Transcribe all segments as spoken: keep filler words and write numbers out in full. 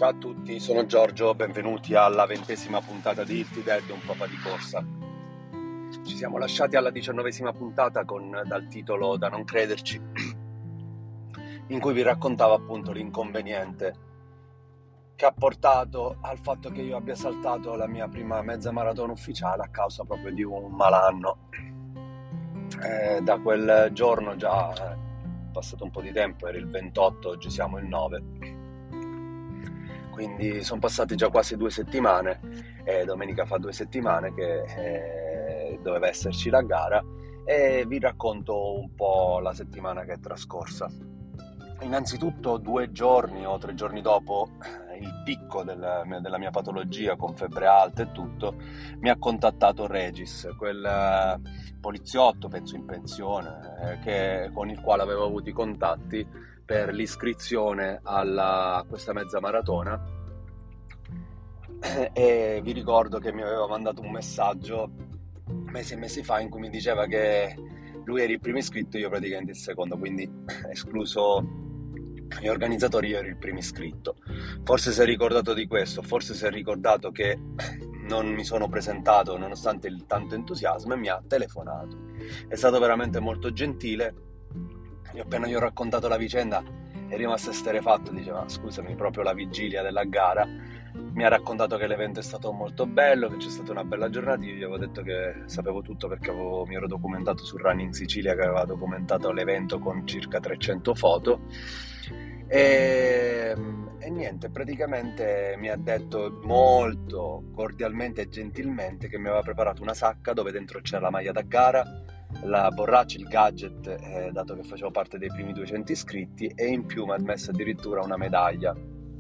Ciao a tutti, sono Giorgio, benvenuti alla ventesima puntata di Hilti Dead, un papà di corsa. Ci siamo lasciati alla diciannovesima puntata con dal titolo Da non crederci, in cui vi raccontavo appunto l'inconveniente che ha portato al fatto che io abbia saltato la mia prima mezza maratona ufficiale a causa proprio di un malanno. Eh, da quel giorno già è passato un po' di tempo, era il ventotto, oggi siamo il nove. Quindi sono passate già quasi due settimane, e domenica fa due settimane che eh, doveva esserci la gara, e vi racconto un po' la settimana che è trascorsa. Innanzitutto due giorni o tre giorni dopo il picco del, della mia patologia con febbre alta e tutto, mi ha contattato Regis, quel poliziotto, penso in pensione, eh, che, con il quale avevo avuto i contatti per l'iscrizione alla, a questa mezza maratona, e vi ricordo che mi aveva mandato un messaggio mesi e mesi fa in cui mi diceva che lui era il primo iscritto e io praticamente il secondo, quindi escluso gli organizzatori io ero il primo iscritto. Forse si è ricordato di questo, forse si è ricordato che non mi sono presentato nonostante il tanto entusiasmo e mi ha telefonato. È stato veramente molto gentile. E appena gli ho raccontato la vicenda è rimasto esterrefatto, diceva scusami, proprio la vigilia della gara mi ha raccontato che l'evento è stato molto bello, che c'è stata una bella giornata. Io gli avevo detto che sapevo tutto perché avevo, mi ero documentato su Running Sicilia, che aveva documentato l'evento con circa trecento foto. E, e niente, praticamente mi ha detto molto cordialmente e gentilmente che mi aveva preparato una sacca dove dentro c'era la maglia da gara, la borraccia, il gadget, eh, dato che facevo parte dei primi duecento iscritti, e in più mi ha messo addirittura una medaglia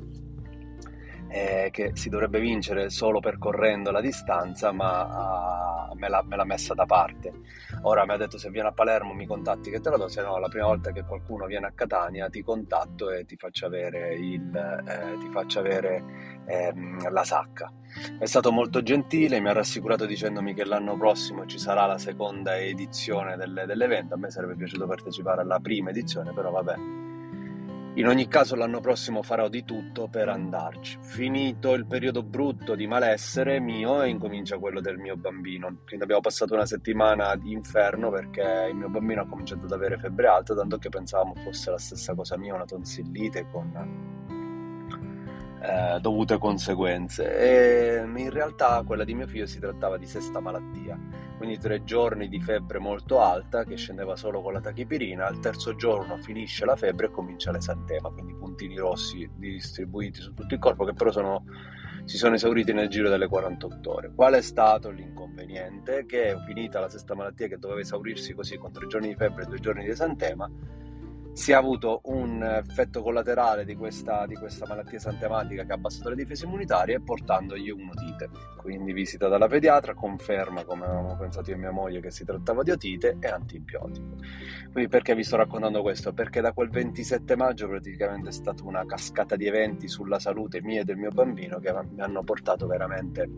eh, che si dovrebbe vincere solo percorrendo la distanza, ma uh, me, l'ha, me l'ha messa da parte. Ora mi ha detto se viene a Palermo mi contatti che te la do, se no la prima volta che qualcuno viene a Catania ti contatto e ti faccio avere, il, eh, ti faccio avere ehm, la sacca. È stato molto gentile, mi ha rassicurato dicendomi che l'anno prossimo ci sarà la seconda edizione delle, dell'evento. A me sarebbe piaciuto partecipare alla prima edizione, però vabbè. In ogni caso l'anno prossimo farò di tutto per andarci. Finito il periodo brutto di malessere mio e incomincia quello del mio bambino. Quindi abbiamo passato una settimana di inferno perché il mio bambino ha cominciato ad avere febbre alta, tanto che pensavamo fosse la stessa cosa mia, una tonsillite con eh, dovute conseguenze. E in realtà quella di mio figlio si trattava di sesta malattia. Quindi tre giorni di febbre molto alta che scendeva solo con la tachipirina. Al terzo giorno finisce la febbre e comincia l'esantema, quindi puntini rossi distribuiti su tutto il corpo che però sono, si sono esauriti nel giro delle quarantotto ore. Qual è stato l'inconveniente? Che finita la sesta malattia, che doveva esaurirsi così con tre giorni di febbre e due giorni di esantema, si è avuto un effetto collaterale di questa, di questa malattia esantematica che ha abbassato le difese immunitarie, portandogli un'otite. Quindi visita dalla pediatra, conferma, come avevamo pensato io e mia moglie, che si trattava di otite e antibiotico. Quindi perché vi sto raccontando questo? Perché da quel ventisette maggio praticamente è stata una cascata di eventi sulla salute mia e del mio bambino che mi hanno portato veramente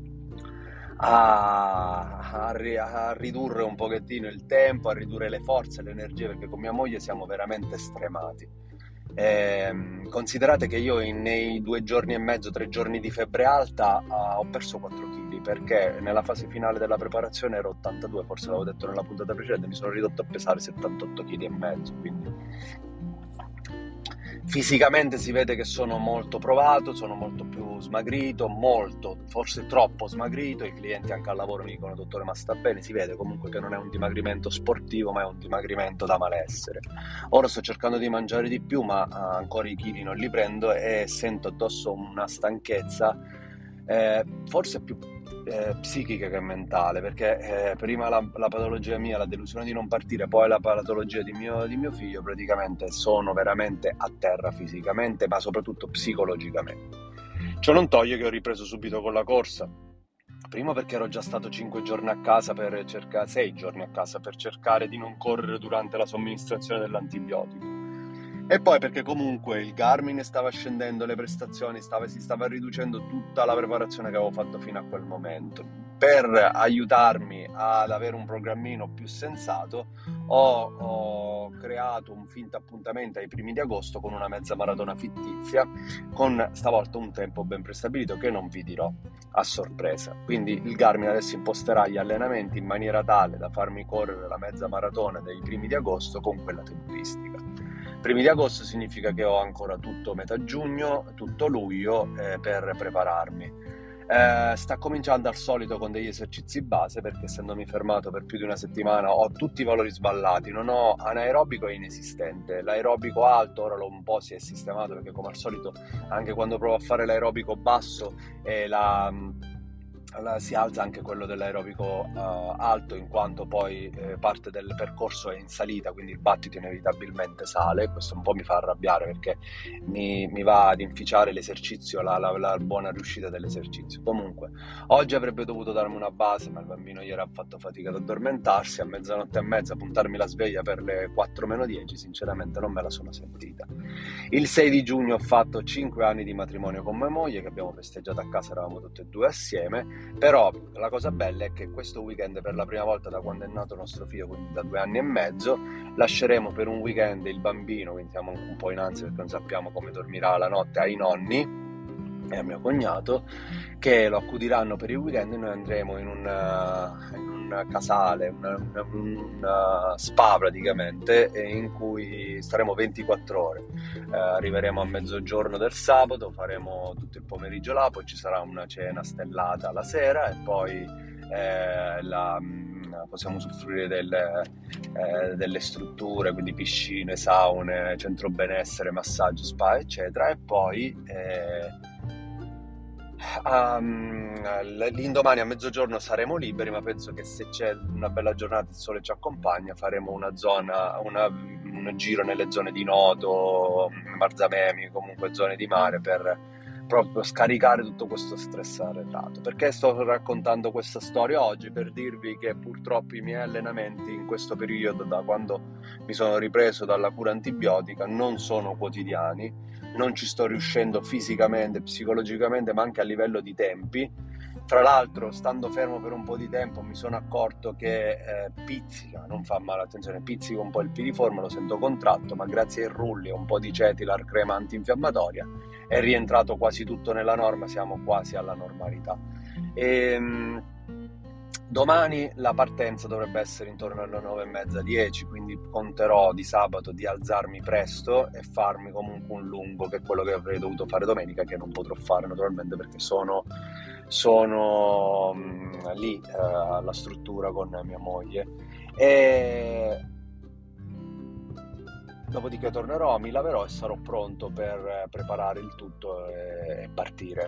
A, a, a ridurre un pochettino il tempo, a ridurre le forze, le energie, perché con mia moglie siamo veramente stremati. E, considerate che io in, nei due giorni e mezzo, tre giorni di febbre alta uh, ho perso quattro chili, perché nella fase finale della preparazione ero ottantadue, forse l'avevo detto nella puntata precedente, mi sono ridotto a pesare settantotto chili e mezzo, quindi fisicamente si vede che sono molto provato, sono molto più smagrito, molto, forse troppo smagrito. I clienti anche al lavoro mi dicono dottore ma sta bene, si vede comunque che non è un dimagrimento sportivo ma è un dimagrimento da malessere. Ora sto cercando di mangiare di più ma uh, ancora i chili non li prendo e sento addosso una stanchezza eh, forse più eh, psichica che mentale, perché eh, prima la, la patologia mia, la delusione di non partire, poi la patologia di mio, di mio figlio, praticamente sono veramente a terra fisicamente ma soprattutto psicologicamente. Ciò non toglie che ho ripreso subito con la corsa, primo perché ero già stato cinque giorni a casa per cercare, sei giorni a casa per cercare di non correre durante la somministrazione dell'antibiotico. E poi perché comunque il Garmin stava scendendo le prestazioni, stava, si stava riducendo tutta la preparazione che avevo fatto fino a quel momento. per aiutarmi ad avere un programmino più sensato, ho, ho creato un finto appuntamento ai primi di agosto con una mezza maratona fittizia, con stavolta un tempo ben prestabilito che non vi dirò, a sorpresa. Quindi il Garmin adesso imposterà gli allenamenti in maniera tale da farmi correre la mezza maratona dei primi di agosto con quella tempistica. Primi di agosto significa che ho ancora tutto metà giugno, tutto luglio eh, per prepararmi. Eh, sta cominciando al solito con degli esercizi base, perché essendomi fermato per più di una settimana ho tutti i valori sballati, non ho anaerobico, è inesistente, l'aerobico alto ora lo un po' si è sistemato, perché come al solito anche quando provo a fare l'aerobico basso eh, la, la, si alza anche quello dell'aerobico uh, alto, in quanto poi eh, parte del percorso è in salita, quindi il battito inevitabilmente sale. Questo un po' mi fa arrabbiare, perché mi, mi va ad inficiare l'esercizio, la, la, la buona riuscita dell'esercizio. Comunque oggi avrebbe dovuto darmi una base, ma il bambino ieri ha fatto fatica ad addormentarsi, a mezzanotte e mezza puntarmi la sveglia per le quattro meno dieci, sinceramente non me la sono sentita. Il sei di giugno ho fatto cinque anni di matrimonio con mia moglie, che abbiamo festeggiato a casa, eravamo tutti e due assieme. Però la cosa bella è che questo weekend, per la prima volta da quando è nato nostro figlio, quindi da due anni e mezzo, lasceremo per un weekend il bambino, quindi siamo un po' in ansia perché non sappiamo come dormirà la notte, ai nonni e a mio cognato, che lo accudiranno per il weekend, e noi andremo in un, uh, in un casale, un, un, un uh, spa praticamente, in cui staremo ventiquattro ore. Uh, arriveremo a mezzogiorno del sabato, faremo tutto il pomeriggio là, poi ci sarà una cena stellata la sera, e poi eh, la, possiamo usufruire delle, eh, delle strutture, quindi piscine, saune, centro benessere, massaggi, spa eccetera, e poi eh, Um, l'indomani a mezzogiorno saremo liberi, ma penso che se c'è una bella giornata, il sole ci accompagna, faremo una zona, una, un giro nelle zone di Noto, Marzamemi, comunque zone di mare, per proprio scaricare tutto questo stress arretrato. Perché sto raccontando questa storia oggi? Per dirvi che purtroppo i miei allenamenti in questo periodo, da quando mi sono ripreso dalla cura antibiotica, non sono quotidiani. Non ci sto riuscendo fisicamente, psicologicamente, ma anche a livello di tempi. Tra l'altro, stando fermo per un po' di tempo, mi sono accorto che eh, pizzica, non fa male, attenzione, pizzica un po' il piriforme, lo sento contratto, ma grazie ai rulli e un po' di Cetilar, crema antinfiammatoria, è rientrato quasi tutto nella norma, siamo quasi alla normalità. E, domani la partenza dovrebbe essere intorno alle nove e mezza, dieci, quindi conterò di sabato di alzarmi presto e farmi comunque un lungo, che è quello che avrei dovuto fare domenica, che non potrò fare naturalmente perché sono, sono mh, lì eh, alla struttura con mia moglie. E dopodiché tornerò, mi laverò e sarò pronto per preparare il tutto e, e partire.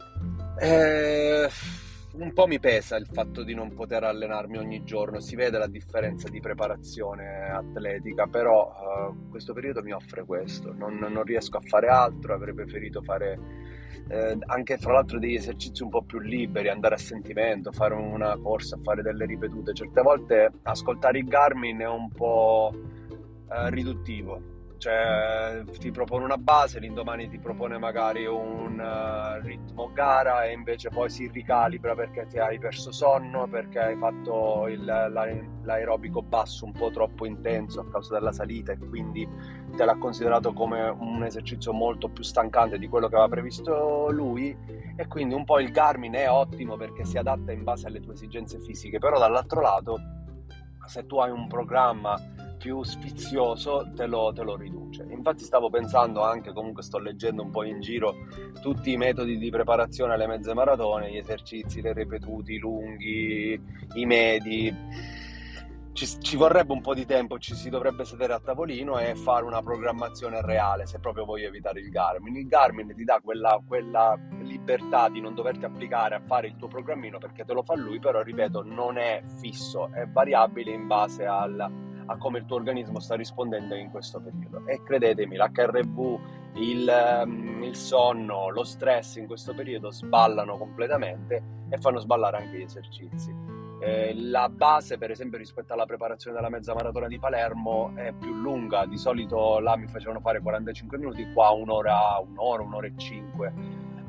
E un po' mi pesa il fatto di non poter allenarmi ogni giorno, si vede la differenza di preparazione atletica, però uh, questo periodo mi offre questo, non, non riesco a fare altro, avrei preferito fare eh, anche fra l'altro degli esercizi un po' più liberi, andare a sentimento, fare una corsa, fare delle ripetute. Certe volte ascoltare il Garmin è un po' eh, riduttivo. Cioè ti propone una base, l'indomani ti propone magari un uh, ritmo gara, e invece poi si ricalibra perché ti hai perso sonno, perché hai fatto il, la, l'aerobico basso un po' troppo intenso a causa della salita, e quindi te l'ha considerato come un esercizio molto più stancante di quello che aveva previsto lui. E quindi un po' il Garmin è ottimo perché si adatta in base alle tue esigenze fisiche, però dall'altro lato, se tu hai un programma più sfizioso, te lo, te lo riduce. Infatti stavo pensando anche, comunque sto leggendo un po' in giro tutti i metodi di preparazione alle mezze maratone, gli esercizi, le ripetuti, i lunghi, i medi. Ci, ci vorrebbe un po' di tempo, ci si dovrebbe sedere a tavolino e fare una programmazione reale, se proprio voglio evitare il Garmin. Il Garmin ti dà quella, quella libertà di non doverti applicare a fare il tuo programmino perché te lo fa lui, però ripeto, non è fisso, è variabile in base al a come il tuo organismo sta rispondendo in questo periodo. E credetemi, l'H R V, il, il sonno, lo stress in questo periodo sballano completamente e fanno sballare anche gli esercizi. Eh, la base, per esempio, rispetto alla preparazione della mezza maratona di Palermo è più lunga. Di solito là mi facevano fare quarantacinque minuti, qua un'ora, un'ora, un'ora e cinque.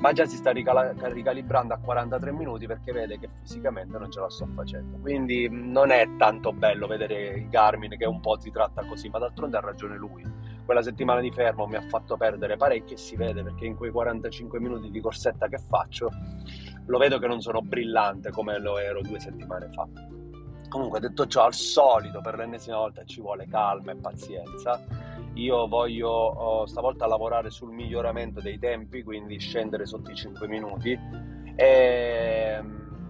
ma già si sta ricala- ricalibrando a quarantatré minuti perché vede che fisicamente non ce la sto facendo. Quindi non è tanto bello vedere il Garmin che un po' si tratta così, ma d'altronde ha ragione lui. Quella settimana di fermo mi ha fatto perdere parecchio e si vede perché in quei quarantacinque minuti di corsetta che faccio lo vedo che non sono brillante come lo ero due settimane fa. Comunque, detto ciò, al solito per l'ennesima volta ci vuole calma e pazienza. Io voglio oh, stavolta lavorare sul miglioramento dei tempi, quindi scendere sotto i cinque minuti, e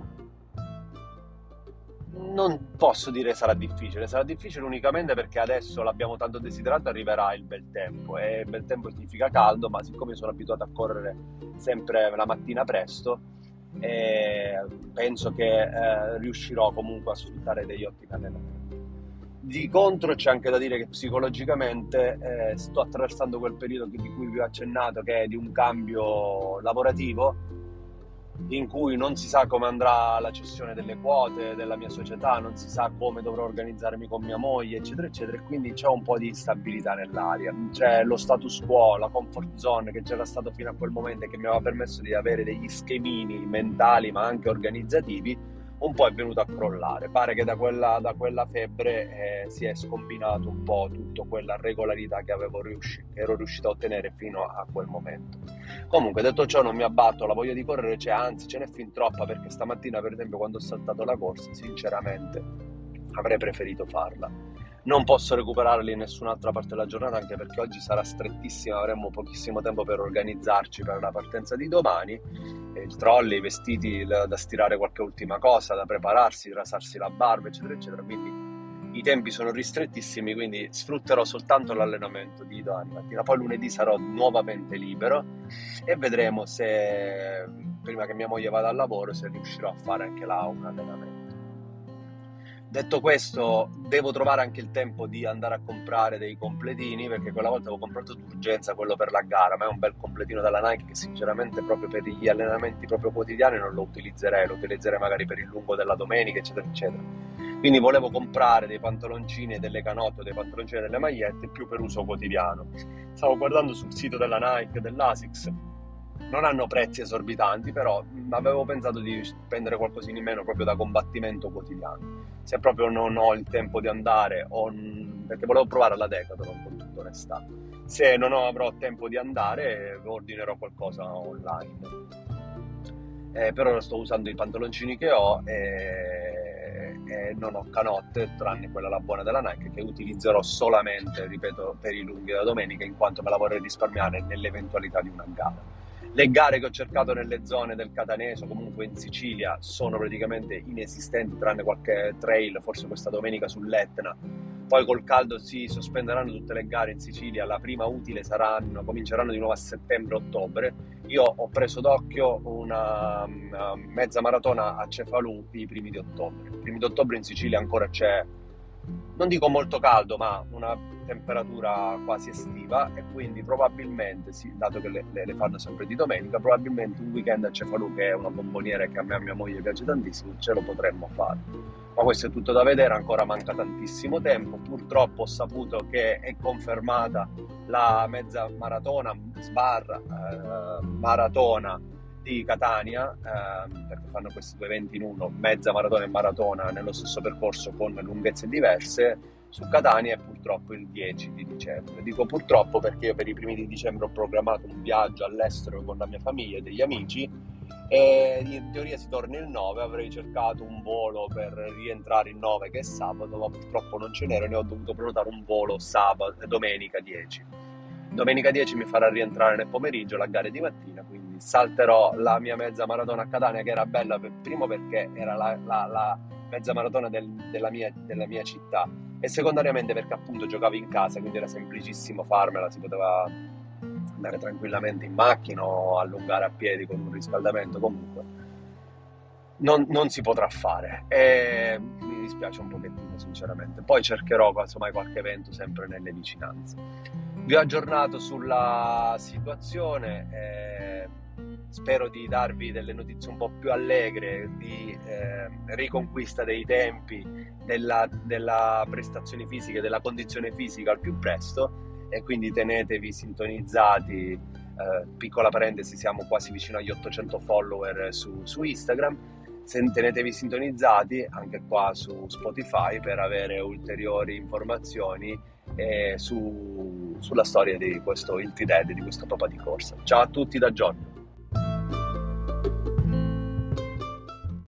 non posso dire sarà difficile, sarà difficile unicamente perché adesso l'abbiamo tanto desiderato, arriverà il bel tempo, e bel tempo significa caldo, ma siccome sono abituato a correre sempre la mattina presto, e penso che eh, riuscirò comunque a sfruttare degli ottimi allenamenti. Di contro c'è anche da dire che psicologicamente eh, sto attraversando quel periodo di cui vi ho accennato, che è di un cambio lavorativo, in cui non si sa come andrà la cessione delle quote della mia società, non si sa come dovrò organizzarmi con mia moglie, eccetera eccetera, e quindi c'è un po' di instabilità nell'aria. C'è lo status quo, la comfort zone che c'era stato fino a quel momento e che mi aveva permesso di avere degli schemini mentali ma anche organizzativi, un po' è venuto a crollare. Pare che da quella, da quella febbre eh, si è scombinato un po' tutta quella regolarità che avevo riuscito, che ero riuscito a ottenere fino a quel momento. Comunque, detto ciò, non mi abbatto, la voglia di correre c'è, anzi ce n'è fin troppa, perché stamattina per esempio quando ho saltato la corsa sinceramente avrei preferito farla. Non posso recuperarli in nessun'altra parte della giornata, anche perché oggi sarà strettissima, avremo pochissimo tempo per organizzarci per la partenza di domani, il trolley, i vestiti da stirare, qualche ultima cosa da prepararsi, rasarsi la barba, eccetera eccetera, quindi i tempi sono ristrettissimi, quindi sfrutterò soltanto l'allenamento di domani mattina. Poi lunedì sarò nuovamente libero e vedremo se, prima che mia moglie vada al lavoro, se riuscirò a fare anche là un allenamento. Detto questo, devo trovare anche il tempo di andare a comprare dei completini, perché quella volta avevo comprato d'urgenza quello per la gara, ma è un bel completino dalla Nike che sinceramente proprio per gli allenamenti proprio quotidiani non lo utilizzerei, lo utilizzerei magari per il lungo della domenica, eccetera eccetera. Quindi volevo comprare dei pantaloncini e delle canotte, dei pantaloncini e delle magliette più per uso quotidiano. Stavo guardando sul sito della Nike e dell'Asics, non hanno prezzi esorbitanti, però avevo pensato di spendere qualcosina in meno proprio da combattimento quotidiano. Se proprio non ho il tempo di andare, o perché volevo provare alla Decathlon con tutta onestà, se non ho, avrò tempo di andare, ordinerò qualcosa online. Eh, per ora sto usando i pantaloncini che ho e, e non ho canotte, tranne quella la buona della Nike, che utilizzerò solamente, ripeto, per i lunghi della domenica, in quanto me la vorrei risparmiare nell'eventualità di una gara. Le gare che ho cercato nelle zone del Catanese o comunque in Sicilia sono praticamente inesistenti, tranne qualche trail, forse questa domenica sull'Etna. Poi col caldo si sospenderanno tutte le gare in Sicilia, la prima utile saranno, cominceranno di nuovo a settembre-ottobre. Io ho preso d'occhio una, una mezza maratona a Cefalù i primi di ottobre. I primi di ottobre in Sicilia ancora c'è, non dico molto caldo, ma una temperatura quasi estiva, e quindi probabilmente, sì, dato che le, le, le fanno sempre di domenica, probabilmente un weekend a Cefalù, che è una bomboniera che a me e a mia moglie piace tantissimo, ce lo potremmo fare. Ma questo è tutto da vedere, ancora manca tantissimo tempo. Purtroppo ho saputo che è confermata la mezza maratona sbarra eh, maratona di Catania, eh, perché fanno questi due eventi in uno, mezza maratona e maratona nello stesso percorso con lunghezze diverse su Catania, e purtroppo il dieci di dicembre. Dico purtroppo perché io per i primi di dicembre ho programmato un viaggio all'estero con la mia famiglia e degli amici, e in teoria si torna il nove. Avrei cercato un volo per rientrare il nove, che è sabato, ma purtroppo non ce n'era, ne ho dovuto prenotare un volo sabato, domenica dieci. Domenica dieci mi farà rientrare nel pomeriggio, la gara è di mattina, quindi salterò la mia mezza maratona a Catania, che era bella, per, primo perché era la, la, la mezza maratona del, della, mia, della mia città, e secondariamente perché appunto giocavo in casa, quindi era semplicissimo farmela, si poteva andare tranquillamente in macchina o allungare a piedi con un riscaldamento. Comunque non, non si potrà fare, e mi dispiace un pochettino sinceramente. Poi cercherò casomai qualche evento sempre nelle vicinanze. Vi ho aggiornato sulla situazione, eh, spero di darvi delle notizie un po' più allegre, di eh, riconquista dei tempi, della, della prestazione fisica e della condizione fisica al più presto, e quindi tenetevi sintonizzati Eh, piccola parentesi, siamo quasi vicino agli ottocento follower su, su Instagram. Se- tenetevi sintonizzati anche qua su Spotify per avere ulteriori informazioni eh, su- sulla storia di questo Ilty Dead, di questo papà di corsa. Ciao a tutti da John.